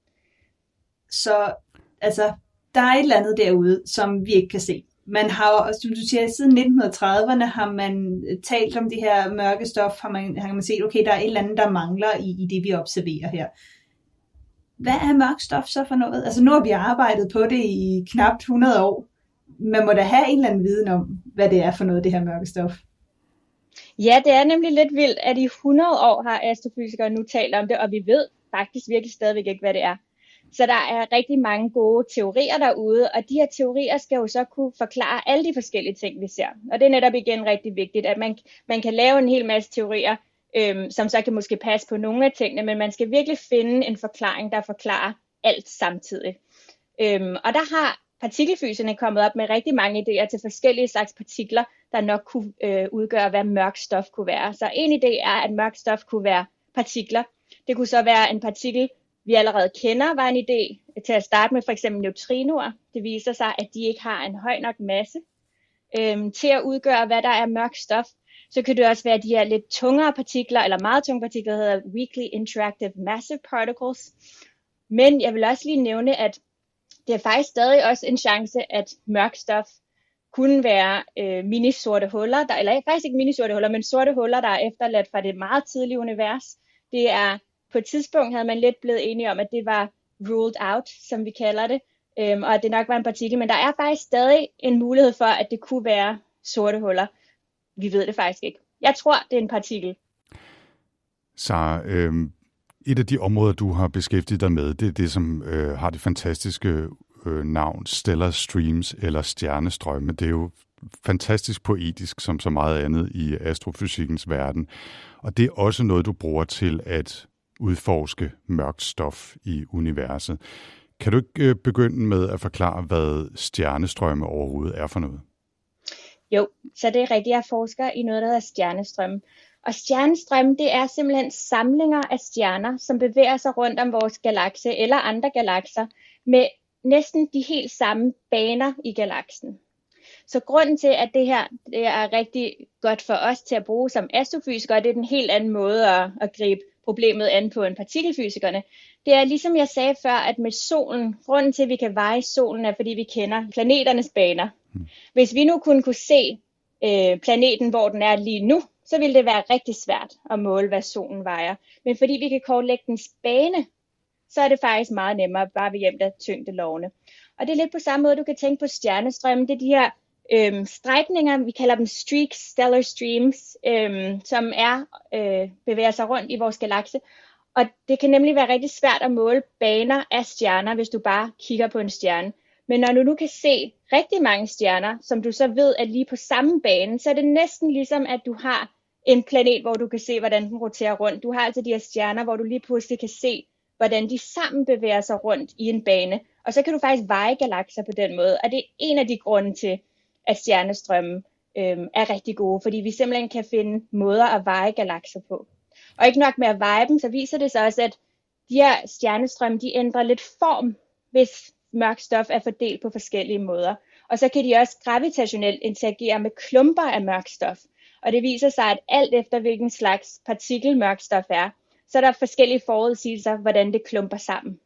Så altså, der er et eller andet derude, som vi ikke kan se. Man har jo, som du siger, siden 1930'erne har man talt om det her mørke stof, har man set, okay, der er et eller andet, der mangler i det, vi observerer her. Hvad er mørkt stof så for noget? Altså nu har vi arbejdet på det i knap 100 år. Man må da have en eller anden viden om, hvad det er for noget, det her mørke stof. Ja, det er nemlig lidt vildt, at i 100 år har astrofysikere nu talt om det, og vi ved faktisk virkelig stadigvæk ikke, hvad det er. Så der er rigtig mange gode teorier derude, og de her teorier skal jo så kunne forklare alle de forskellige ting, vi ser. Og det er netop igen rigtig vigtigt, at man kan lave en hel masse teorier, som så kan måske passe på nogle af tingene, men man skal virkelig finde en forklaring, der forklarer alt samtidig. Og der har partikelfyserne kommet op med rigtig mange idéer til forskellige slags partikler, der nok kunne udgøre, hvad mørk stof kunne være. Så en idé er, at mørk stof kunne være partikler. Det kunne så være en partikel, vi allerede kender, var en idé til at starte med, for eksempel neutrinoer. Det viser sig, at de ikke har en høj nok masse til at udgøre, hvad der er mørk stof. Så kan det også være de her lidt tungere partikler, eller meget tunge partikler, der hedder weakly interactive massive particles. Men jeg vil også lige nævne, at det er faktisk stadig også en chance, at mørk stof kunne være mini-sorte huller, eller faktisk ikke mini-sorte huller, men sorte huller, der er efterladt fra det meget tidlige univers. Det er på et tidspunkt havde man lidt blevet enige om, at det var ruled out, som vi kalder det, og at det nok var en partikel, men der er faktisk stadig en mulighed for, at det kunne være sorte huller. Vi ved det faktisk ikke. Jeg tror, det er en partikel. Så Et af de områder, du har beskæftiget dig med, det er det, som har det fantastiske navn Stellar Streams eller stjernestrømme. Det er jo fantastisk poetisk som så meget andet i astrofysikkens verden. Og det er også noget, du bruger til at udforske mørkt stof i universet. Kan du ikke begynde med at forklare, hvad stjernestrømme overhovedet er for noget? Jo, så det er rigtigt. Jeg forsker i noget, der hedder stjernestrømme. Og stjernestrømme, det er simpelthen samlinger af stjerner, som bevæger sig rundt om vores galakse eller andre galakser med næsten de helt samme baner i galaksen. Så grunden til, at det her det er rigtig godt for os til at bruge som astrofysikere, det er den helt anden måde at gribe problemet an på end partikelfysikerne. Det er ligesom jeg sagde før, at med solen, grunden til, at vi kan veje solen, er fordi vi kender planeternes baner. Hvis vi nu kunne se planeten, hvor den er lige nu, så ville det være rigtig svært at måle, hvad solen vejer. Men fordi vi kan kortlægge dens bane, så er det faktisk meget nemmere, bare ved hjælp af tyngdelovene. Og det er lidt på samme måde, du kan tænke på stjernestrømmen. Det er de her strækninger, vi kalder dem streaks, stellar streams, som bevæger sig rundt i vores galakse. Og det kan nemlig være rigtig svært at måle baner af stjerner, hvis du bare kigger på en stjerne. Men når du nu kan se rigtig mange stjerner, som du så ved er lige på samme bane, så er det næsten ligesom, at du har en planet, hvor du kan se, hvordan den roterer rundt. Du har altså de her stjerner, hvor du lige pludselig kan se, hvordan de sammen bevæger sig rundt i en bane. Og så kan du faktisk veje galakser på den måde. Og det er en af de grunde til, at stjernestrømmen er rigtig gode, fordi vi simpelthen kan finde måder at veje galakser på. Og ikke nok med at veje dem, så viser det sig også, at de her stjernestrømme, de ændrer lidt form, hvis mørk stof er fordelt på forskellige måder. Og så kan de også gravitationelt interagere med klumper af mørk stof. Og det viser sig, at alt efter hvilken slags partikel mørk stof er, så er der forskellige forudsigelser, hvordan det klumper sammen.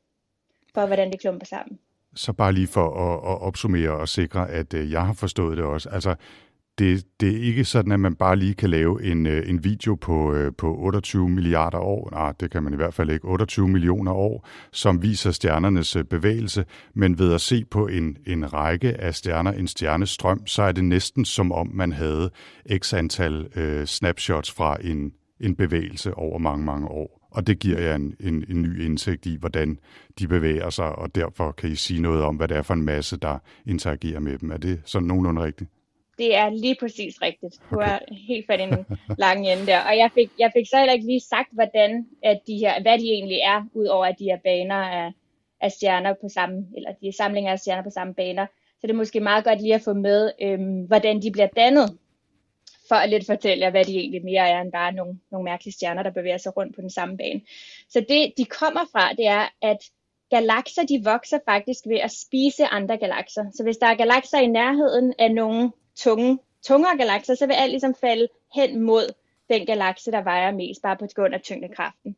Så bare lige for at opsummere og sikre, at jeg har forstået det også. Altså, det er ikke sådan, at man bare lige kan lave en video på 28 milliarder år, nej, det kan man i hvert fald ikke, 28 millioner år, som viser stjernernes bevægelse, men ved at se på en række af stjerner, en stjernestrøm, så er det næsten som om man havde x antal snapshots fra en bevægelse over mange, mange år. Og det giver jer en ny indsigt i, hvordan de bevæger sig, og derfor kan I sige noget om, hvad det er for en masse, der interagerer med dem. Er det sådan nogenlunde rigtigt? Det er lige præcis rigtigt. Du er helt fat i en lang ende der. Og jeg fik så heller ikke lige sagt, hvordan at hvad de egentlig er, udover at de her baner af stjerner på samme, eller de samlinger af stjerner på samme baner. Så det er måske meget godt lige at få med, hvordan de bliver dannet, for at lidt fortælle jer, hvad de egentlig mere er, end bare nogle mærkelige stjerner, der bevæger sig rundt på den samme bane. Så det, de kommer fra, det er, at galakser, de vokser faktisk ved at spise andre galakser. Så hvis der er galakser i nærheden af nogle tungere galakser, så vil alt ligesom falde hen mod den galakse, der vejer mest, bare på grund af tyngdekraften.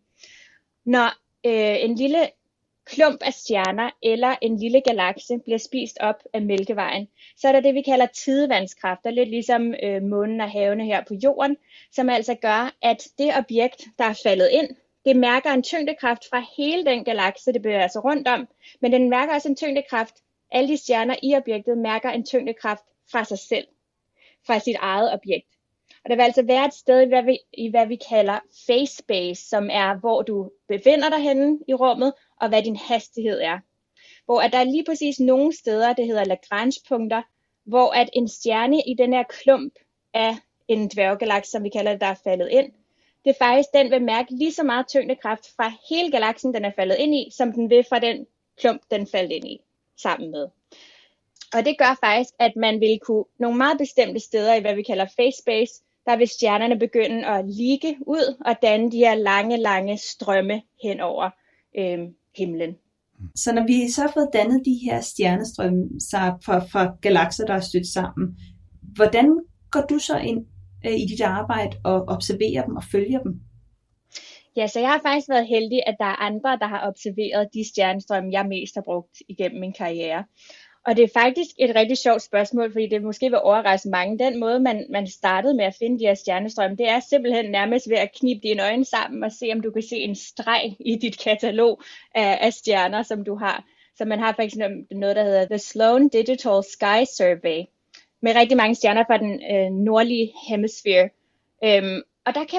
Når en lille klump af stjerner eller en lille galakse bliver spist op af Mælkevejen, så er der det, vi kalder tidevandskræfter, lidt ligesom månen og havene her på jorden, som altså gør, at det objekt, der er faldet ind, det mærker en tyngdekraft fra hele den galakse, det bevæger sig rundt om, men den mærker også en tyngdekraft. Alle de stjerner i objektet mærker en tyngdekraft fra sig selv, fra sit eget objekt. Og der vil altså være et sted i hvad vi kalder phase space, som er, hvor du befinder dig henne i rummet, og hvad din hastighed er. Hvor at der er lige præcis nogle steder, det hedder Lagrange-punkter, hvor at en stjerne i den her klump af en dværggalakse, som vi kalder det, der er faldet ind, det er faktisk, den vil mærke lige så meget tyngdekraft fra hele galaksen, den er faldet ind i, som den vil fra den klump, den faldt ind i sammen med. Og det gør faktisk, at man vil kunne nogle meget bestemte steder i, hvad vi kalder phase space, der vil stjernerne begynde at ligge ud og danne de her lange, lange strømme hen over himlen. Så når vi så har fået dannet de her stjernestrømme fra galakser, der er stødt sammen, hvordan går du så ind i dit arbejde og observerer dem og følger dem? Ja, så jeg har faktisk været heldig, at der er andre, der har observeret de stjernestrømme, jeg mest har brugt igennem min karriere. Og det er faktisk et rigtig sjovt spørgsmål, fordi det måske vil overraske mange. Den måde, man startede med at finde de her stjernestrømme, det er simpelthen nærmest ved at knibe dine øjne sammen og se, om du kan se en streg i dit katalog af stjerner, som du har. Så man har faktisk noget, der hedder The Sloan Digital Sky Survey, med rigtig mange stjerner fra den nordlige hemisfære. Og der kan man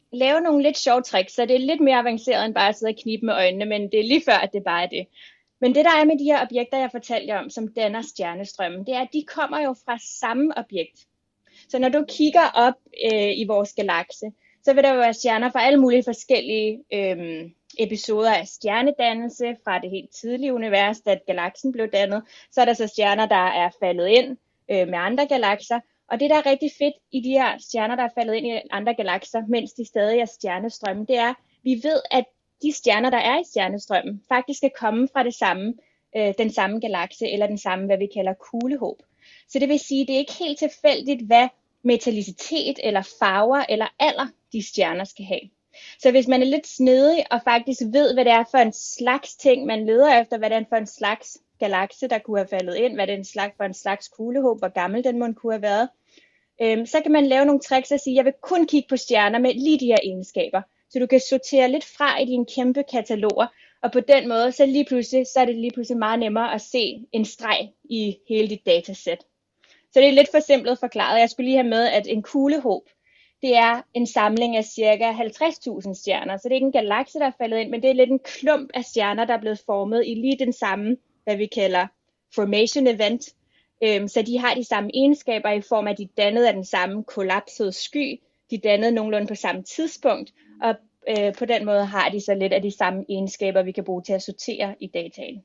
lave nogle lidt sjove tricks, så det er lidt mere avanceret end bare at sidde og knibe med øjnene, men det er lige før, at det bare er det. Men det der er med de her objekter, jeg fortalte jer om, som danner stjernestrømmen, det er, at de kommer jo fra samme objekt. Så når du kigger op i vores galakse, så vil der jo være stjerner fra alle mulige forskellige episoder af stjernedannelse fra det helt tidlige univers, da galaksen blev dannet. Så er der så stjerner, der er faldet ind med andre galakser. Og det, der er rigtig fedt i de her stjerner, der er faldet ind i andre galakser, mens de stadig er stjernestrømmen, det er, at vi ved, at de stjerner, der er i stjernestrømmen, faktisk skal komme fra den samme galakse, eller den samme, hvad vi kalder kuglehåb. Så det vil sige, at det er ikke helt tilfældigt, hvad metallicitet eller farver eller alder de stjerner skal have. Så hvis man er lidt snedig og faktisk ved, hvad det er for en slags ting, man leder efter, hvad det er for en slags galakse, der kunne have faldet ind, hvad det er for en slags kuglehåb, hvor gammel den måtte kunne have været, så kan man lave nogle tricks og sige, jeg vil kun kigge på stjerner med lige de her egenskaber. Så du kan sortere lidt fra i dine kæmpe kataloger, og på den måde, så er det lige pludselig meget nemmere at se en streg i hele dit datasæt. Så det er lidt for simpelt forklaret. Jeg skulle lige have med, at en kuglehåb, det er en samling af ca. 50.000 stjerner. Så det er ikke en galakse, der er faldet ind, men det er lidt en klump af stjerner, der er blevet formet i lige den samme, hvad vi kalder formation event. Så de har de samme egenskaber i form af, at de er dannet af den samme kollapsede sky. De er dannet nogenlunde på samme tidspunkt, og på den måde har de så lidt af de samme egenskaber, vi kan bruge til at sortere i dataen.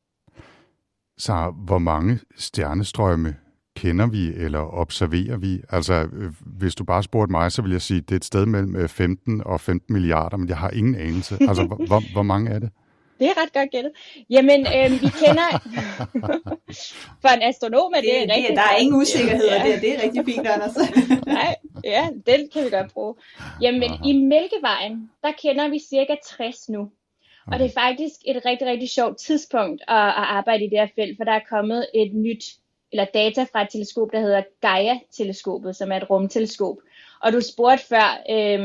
Så hvor mange stjernestrømme kender vi eller observerer vi? Altså, hvis du bare spurgte mig, så vil jeg sige, at det er et sted mellem 15 og 15 milliarder, men jeg har ingen anelse. Altså, hvor mange er det? Det er ret godt gættet. Jamen, vi kender... For en astronom er det rigtig... Der er ingen usikkerheder, ja. Det er rigtig fint, Anders. Nej, ja, den kan vi godt bruge. Jamen, i Mælkevejen, der kender vi cirka 60 nu. Og det er faktisk et rigtig, rigtig sjovt tidspunkt at arbejde i det her felt, for der er kommet et nyt, eller data fra et teleskop, der hedder Gaia-teleskopet, som er et rumteleskop. Og du spurgte før,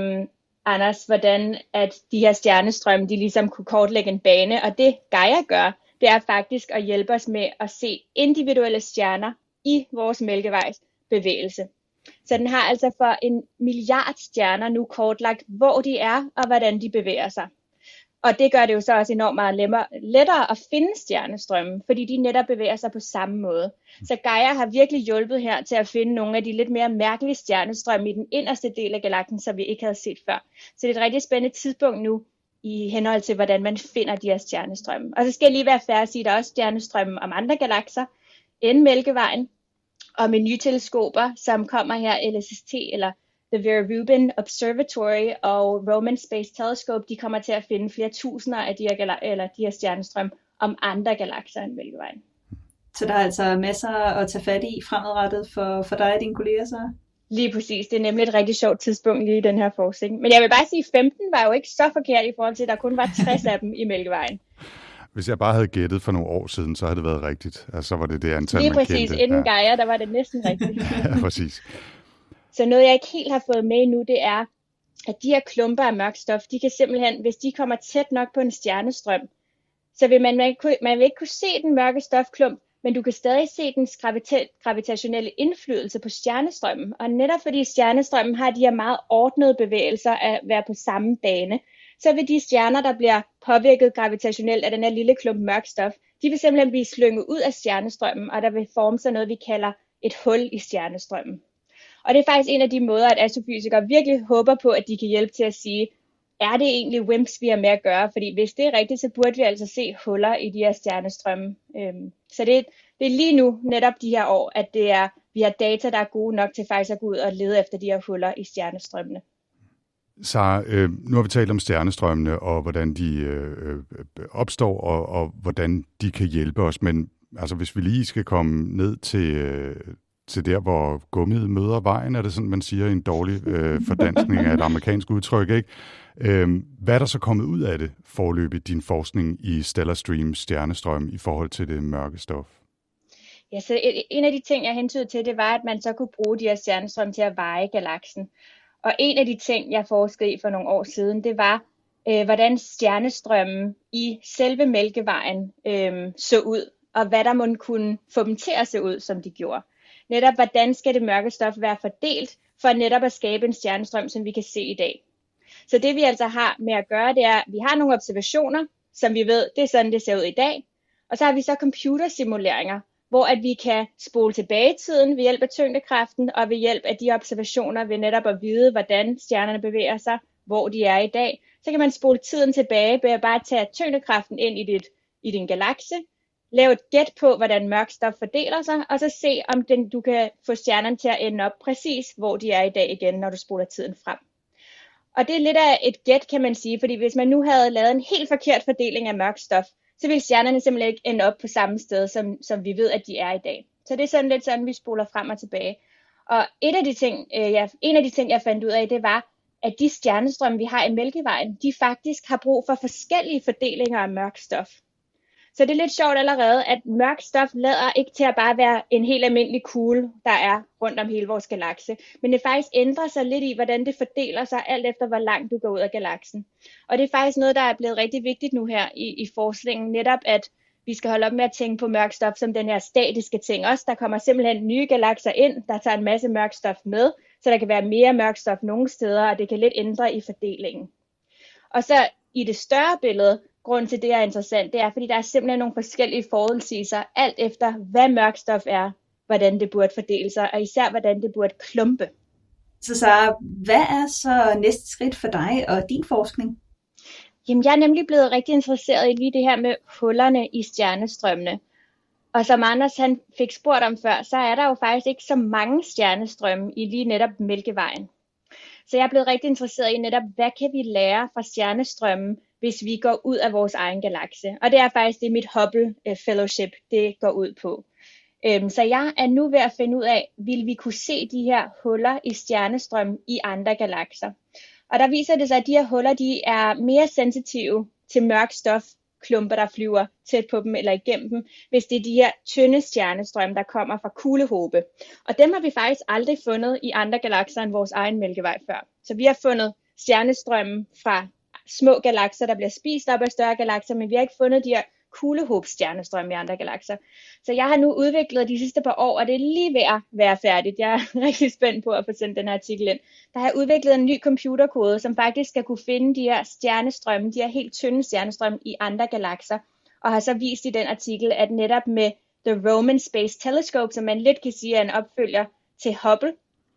Anders, hvordan at de her stjernestrømme, de ligesom kunne kortlægge en bane, og det Gaia gør, det er faktisk at hjælpe os med at se individuelle stjerner i vores Mælkevejs bevægelse. Så den har altså for 1 milliard stjerner nu kortlagt, hvor de er og hvordan de bevæger sig. Og det gør det jo så også enormt meget lettere at finde stjernestrømmen, fordi de netop bevæger sig på samme måde. Så Gaia har virkelig hjulpet her til at finde nogle af de lidt mere mærkelige stjernestrømme i den inderste del af galaksen, som vi ikke havde set før. Så det er et rigtig spændende tidspunkt nu i henhold til, hvordan man finder de her stjernestrømme. Og så skal jeg lige være fair at sige, at der er også stjernestrømme om andre galakser end Mælkevejen, og med nye teleskoper, som kommer her, LSST eller The Vera Rubin Observatory og Roman Space Telescope, de kommer til at finde flere tusinder af de her stjernestrøm om andre galakser end Mælkevejen. Så der er altså masser at tage fat i fremadrettet for dig og dine kolleger så? Lige præcis. Det er nemlig et rigtig sjovt tidspunkt lige i den her forskning. Men jeg vil bare sige, at 15 var jo ikke så forkert i forhold til, at der kun var 60 af dem i Mælkevejen. Hvis jeg bare havde gættet for nogle år siden, så havde det været rigtigt. Altså, så var det antal, lige man kendte. Lige præcis. Inden Gaia, der var det næsten rigtigt. Ja, præcis. Så noget, jeg ikke helt har fået med endnu, det er, at de her klumper af mørk stof, de kan simpelthen, hvis de kommer tæt nok på en stjernestrøm, så vil man vil ikke kunne se den mørke stofklump, men du kan stadig se dens gravitationelle indflydelse på stjernestrømmen. Og netop fordi stjernestrømmen har de her meget ordnede bevægelser af at være på samme bane, så vil de stjerner, der bliver påvirket gravitationelt af den her lille klump mørk stof, de vil simpelthen blive slynget ud af stjernestrømmen, og der vil forme sig noget, vi kalder et hul i stjernestrømmen. Og det er faktisk en af de måder, at astrofysikere virkelig håber på, at de kan hjælpe til at sige, er det egentlig WIMPs, vi har med at gøre? Fordi hvis det er rigtigt, så burde vi altså se huller i de her stjernestrømme. Så det er lige nu, netop de her år, at vi har data, der er gode nok til faktisk at gå ud og lede efter de her huller i stjernestrømmene. Så nu har vi talt om stjernestrømmene, og hvordan de opstår, og hvordan de kan hjælpe os. Men altså, hvis vi lige skal komme ned til der, hvor gummiet møder vejen, er det sådan, man siger, en dårlig fordanskning af et amerikansk udtryk, ikke? Hvad er der så kommet ud af det foreløbig, din forskning i Stellar Stream stjernestrøm i forhold til det mørke stof? Ja, så en af de ting, jeg hentydede til, det var, at man så kunne bruge de her stjernestrøm til at veje galaksen. Og en af de ting, jeg forskede i for nogle år siden, det var, hvordan stjernestrømmen i selve Mælkevejen så ud, og hvad der måtte kunne få dem til at se ud, som de gjorde. Netop, hvordan skal det mørke stof være fordelt, for netop at skabe en stjernestrøm, som vi kan se i dag. Så det vi altså har med at gøre, det er, at vi har nogle observationer, som vi ved, det er sådan, det ser ud i dag. Og så har vi så computersimuleringer, hvor at vi kan spole tilbage i tiden ved hjælp af tyngdekraften, og ved hjælp af de observationer ved netop at vide, hvordan stjernerne bevæger sig, hvor de er i dag. Så kan man spole tiden tilbage ved at bare tage tyngdekraften ind i din galakse, lave et gæt på, hvordan mørk stof fordeler sig, og så se, om du kan få stjernerne til at ende op præcis, hvor de er i dag igen, når du spoler tiden frem. Og det er lidt af et gæt, kan man sige, fordi hvis man nu havde lavet en helt forkert fordeling af mørk stof, så vil stjernerne simpelthen ikke ende op på samme sted, som vi ved, at de er i dag. Så det er sådan lidt sådan, vi spoler frem og tilbage. Og en af de ting, jeg fandt ud af, det var, at de stjernestrømme, vi har i Mælkevejen, de faktisk har brug for forskellige fordelinger af mørk stof. Så det er lidt sjovt allerede, at mørk stof lader ikke til at bare være en helt almindelig kugle, der er rundt om hele vores galakse. Men det faktisk ændrer sig lidt i, hvordan det fordeler sig, alt efter hvor langt du går ud af galaksen. Og det er faktisk noget, der er blevet rigtig vigtigt nu her i forskningen. Netop at vi skal holde op med at tænke på mørk stof som den her statiske ting. Også der kommer simpelthen nye galakser ind, der tager en masse mørk stof med. Så der kan være mere mørk stof nogle steder, og det kan lidt ændre i fordelingen. Og så i det større billede, grunden til det er interessant, det er, fordi der er simpelthen nogle forskellige forudsigelser, alt efter hvad mørk stof er, hvordan det burde fordele sig, og især hvordan det burde klumpe. Så Sara, hvad er så næste skridt for dig og din forskning? Jamen, jeg er nemlig blevet rigtig interesseret i lige det her med hullerne i stjernestrømmene. Og som Anders han fik spurgt om før, så er der jo faktisk ikke så mange stjernestrømme i lige netop Mælkevejen. Så jeg er blevet rigtig interesseret i netop, hvad kan vi lære fra stjernestrømmen, hvis vi går ud af vores egen galakse. Og det er faktisk det, mit Hubble Fellowship det går ud på. Så jeg er nu ved at finde ud af, vil vi kunne se de her huller i stjernestrømmen i andre galakser. Og der viser det sig, at de her huller de er mere sensitive til mørk stof, klumper, der flyver tæt på dem eller igennem dem, hvis det er de her tynde stjernestrømme, der kommer fra kuglehåbe. Og dem har vi faktisk aldrig fundet i andre galakser end vores egen Mælkevej før. Så vi har fundet stjernestrømmen fra små galakser, der bliver spist op af større galakser, men vi har ikke fundet de her kuglehåbsstjernestrømme i andre galakser. Så jeg har nu udviklet de sidste par år, og det er lige ved at være færdigt. Jeg er rigtig spændt på at få sendt den her artikel ind. Der har jeg udviklet en ny computerkode, som faktisk skal kunne finde de her stjernestrømme, de her helt tynde stjernestrømme i andre galakser, og har så vist i den artikel, at netop med The Roman Space Telescope, som man lidt kan sige er en opfølger til Hubble,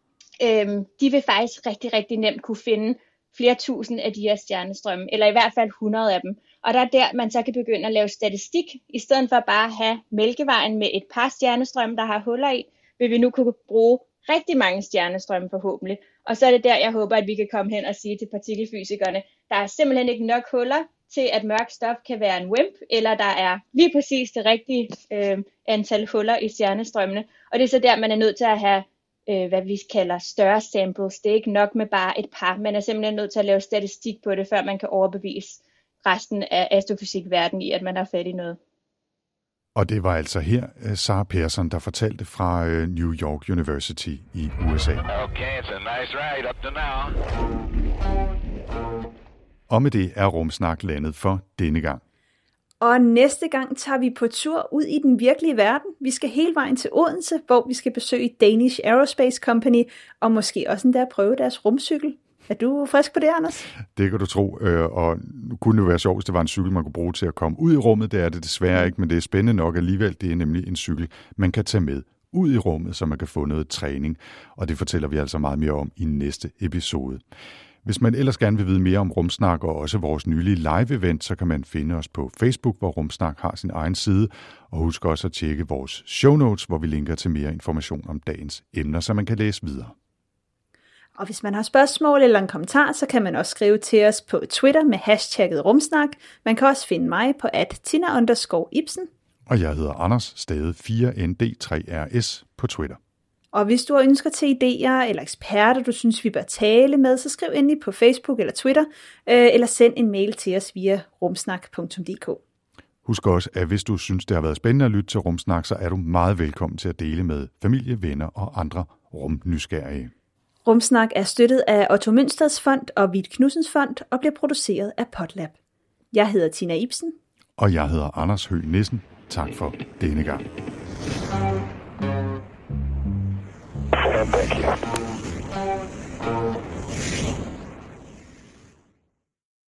de vil faktisk rigtig, rigtig nemt kunne finde flere tusind af de her stjernestrømme, eller i hvert fald 100 af dem. Og der er der, man så kan begynde at lave statistik, i stedet for bare at have Mælkevejen med et par stjernestrømme, der har huller i, vil vi nu kunne bruge rigtig mange stjernestrømme forhåbentlig. Og så er det der, jeg håber, at vi kan komme hen og sige til partikelfysikerne, der er simpelthen ikke nok huller til, at mørk stof kan være en WIMP, eller der er lige præcis det rigtige antal huller i stjernestrømmene. Og det er så der, man er nødt til at have hvad vi kalder større samples. Det er ikke nok med bare et par. Man er simpelthen nødt til at lave statistik på det, før man kan overbevise resten af astrofysikverdenen i, at man har fat i noget. Og det var altså her Sara Persson, der fortalte fra New York University i USA. Okay, it's a nice ride up to now. Og med det er Rumsnak landet for denne gang. Og næste gang tager vi på tur ud i den virkelige verden. Vi skal hele vejen til Odense, hvor vi skal besøge Danish Aerospace Company, og måske også endda prøve deres rumcykel. Er du frisk på det, Anders? Det kan du tro, og nu kunne det være sjovt, hvis det var en cykel, man kunne bruge til at komme ud i rummet. Det er det desværre ikke, men det er spændende nok alligevel. Det er nemlig en cykel, man kan tage med ud i rummet, så man kan få noget træning. Og det fortæller vi altså meget mere om i næste episode. Hvis man ellers gerne vil vide mere om Rumsnak og også vores nylige live-event, så kan man finde os på Facebook, hvor Rumsnak har sin egen side. Og husk også at tjekke vores show notes, hvor vi linker til mere information om dagens emner, så man kan læse videre. Og hvis man har spørgsmål eller en kommentar, så kan man også skrive til os på Twitter med hashtagget Rumsnak. Man kan også finde mig på @tina_ibsen. Og jeg hedder Anders, stadig 4ND3RS på Twitter. Og hvis du har ønsker til idéer eller eksperter, du synes, vi bør tale med, så skriv endelig på Facebook eller Twitter, eller send en mail til os via rumsnak.dk. Husk også, at hvis du synes, det har været spændende at lytte til Rumsnak, så er du meget velkommen til at dele med familie, venner og andre rumnysgerrige. Rumsnak er støttet af Otto Münsters Fond og Vit Knudsens Fond og bliver produceret af Podlab. Jeg hedder Tina Ibsen. Og jeg hedder Anders Høgh Nissen. Tak for denne gang. And thank you.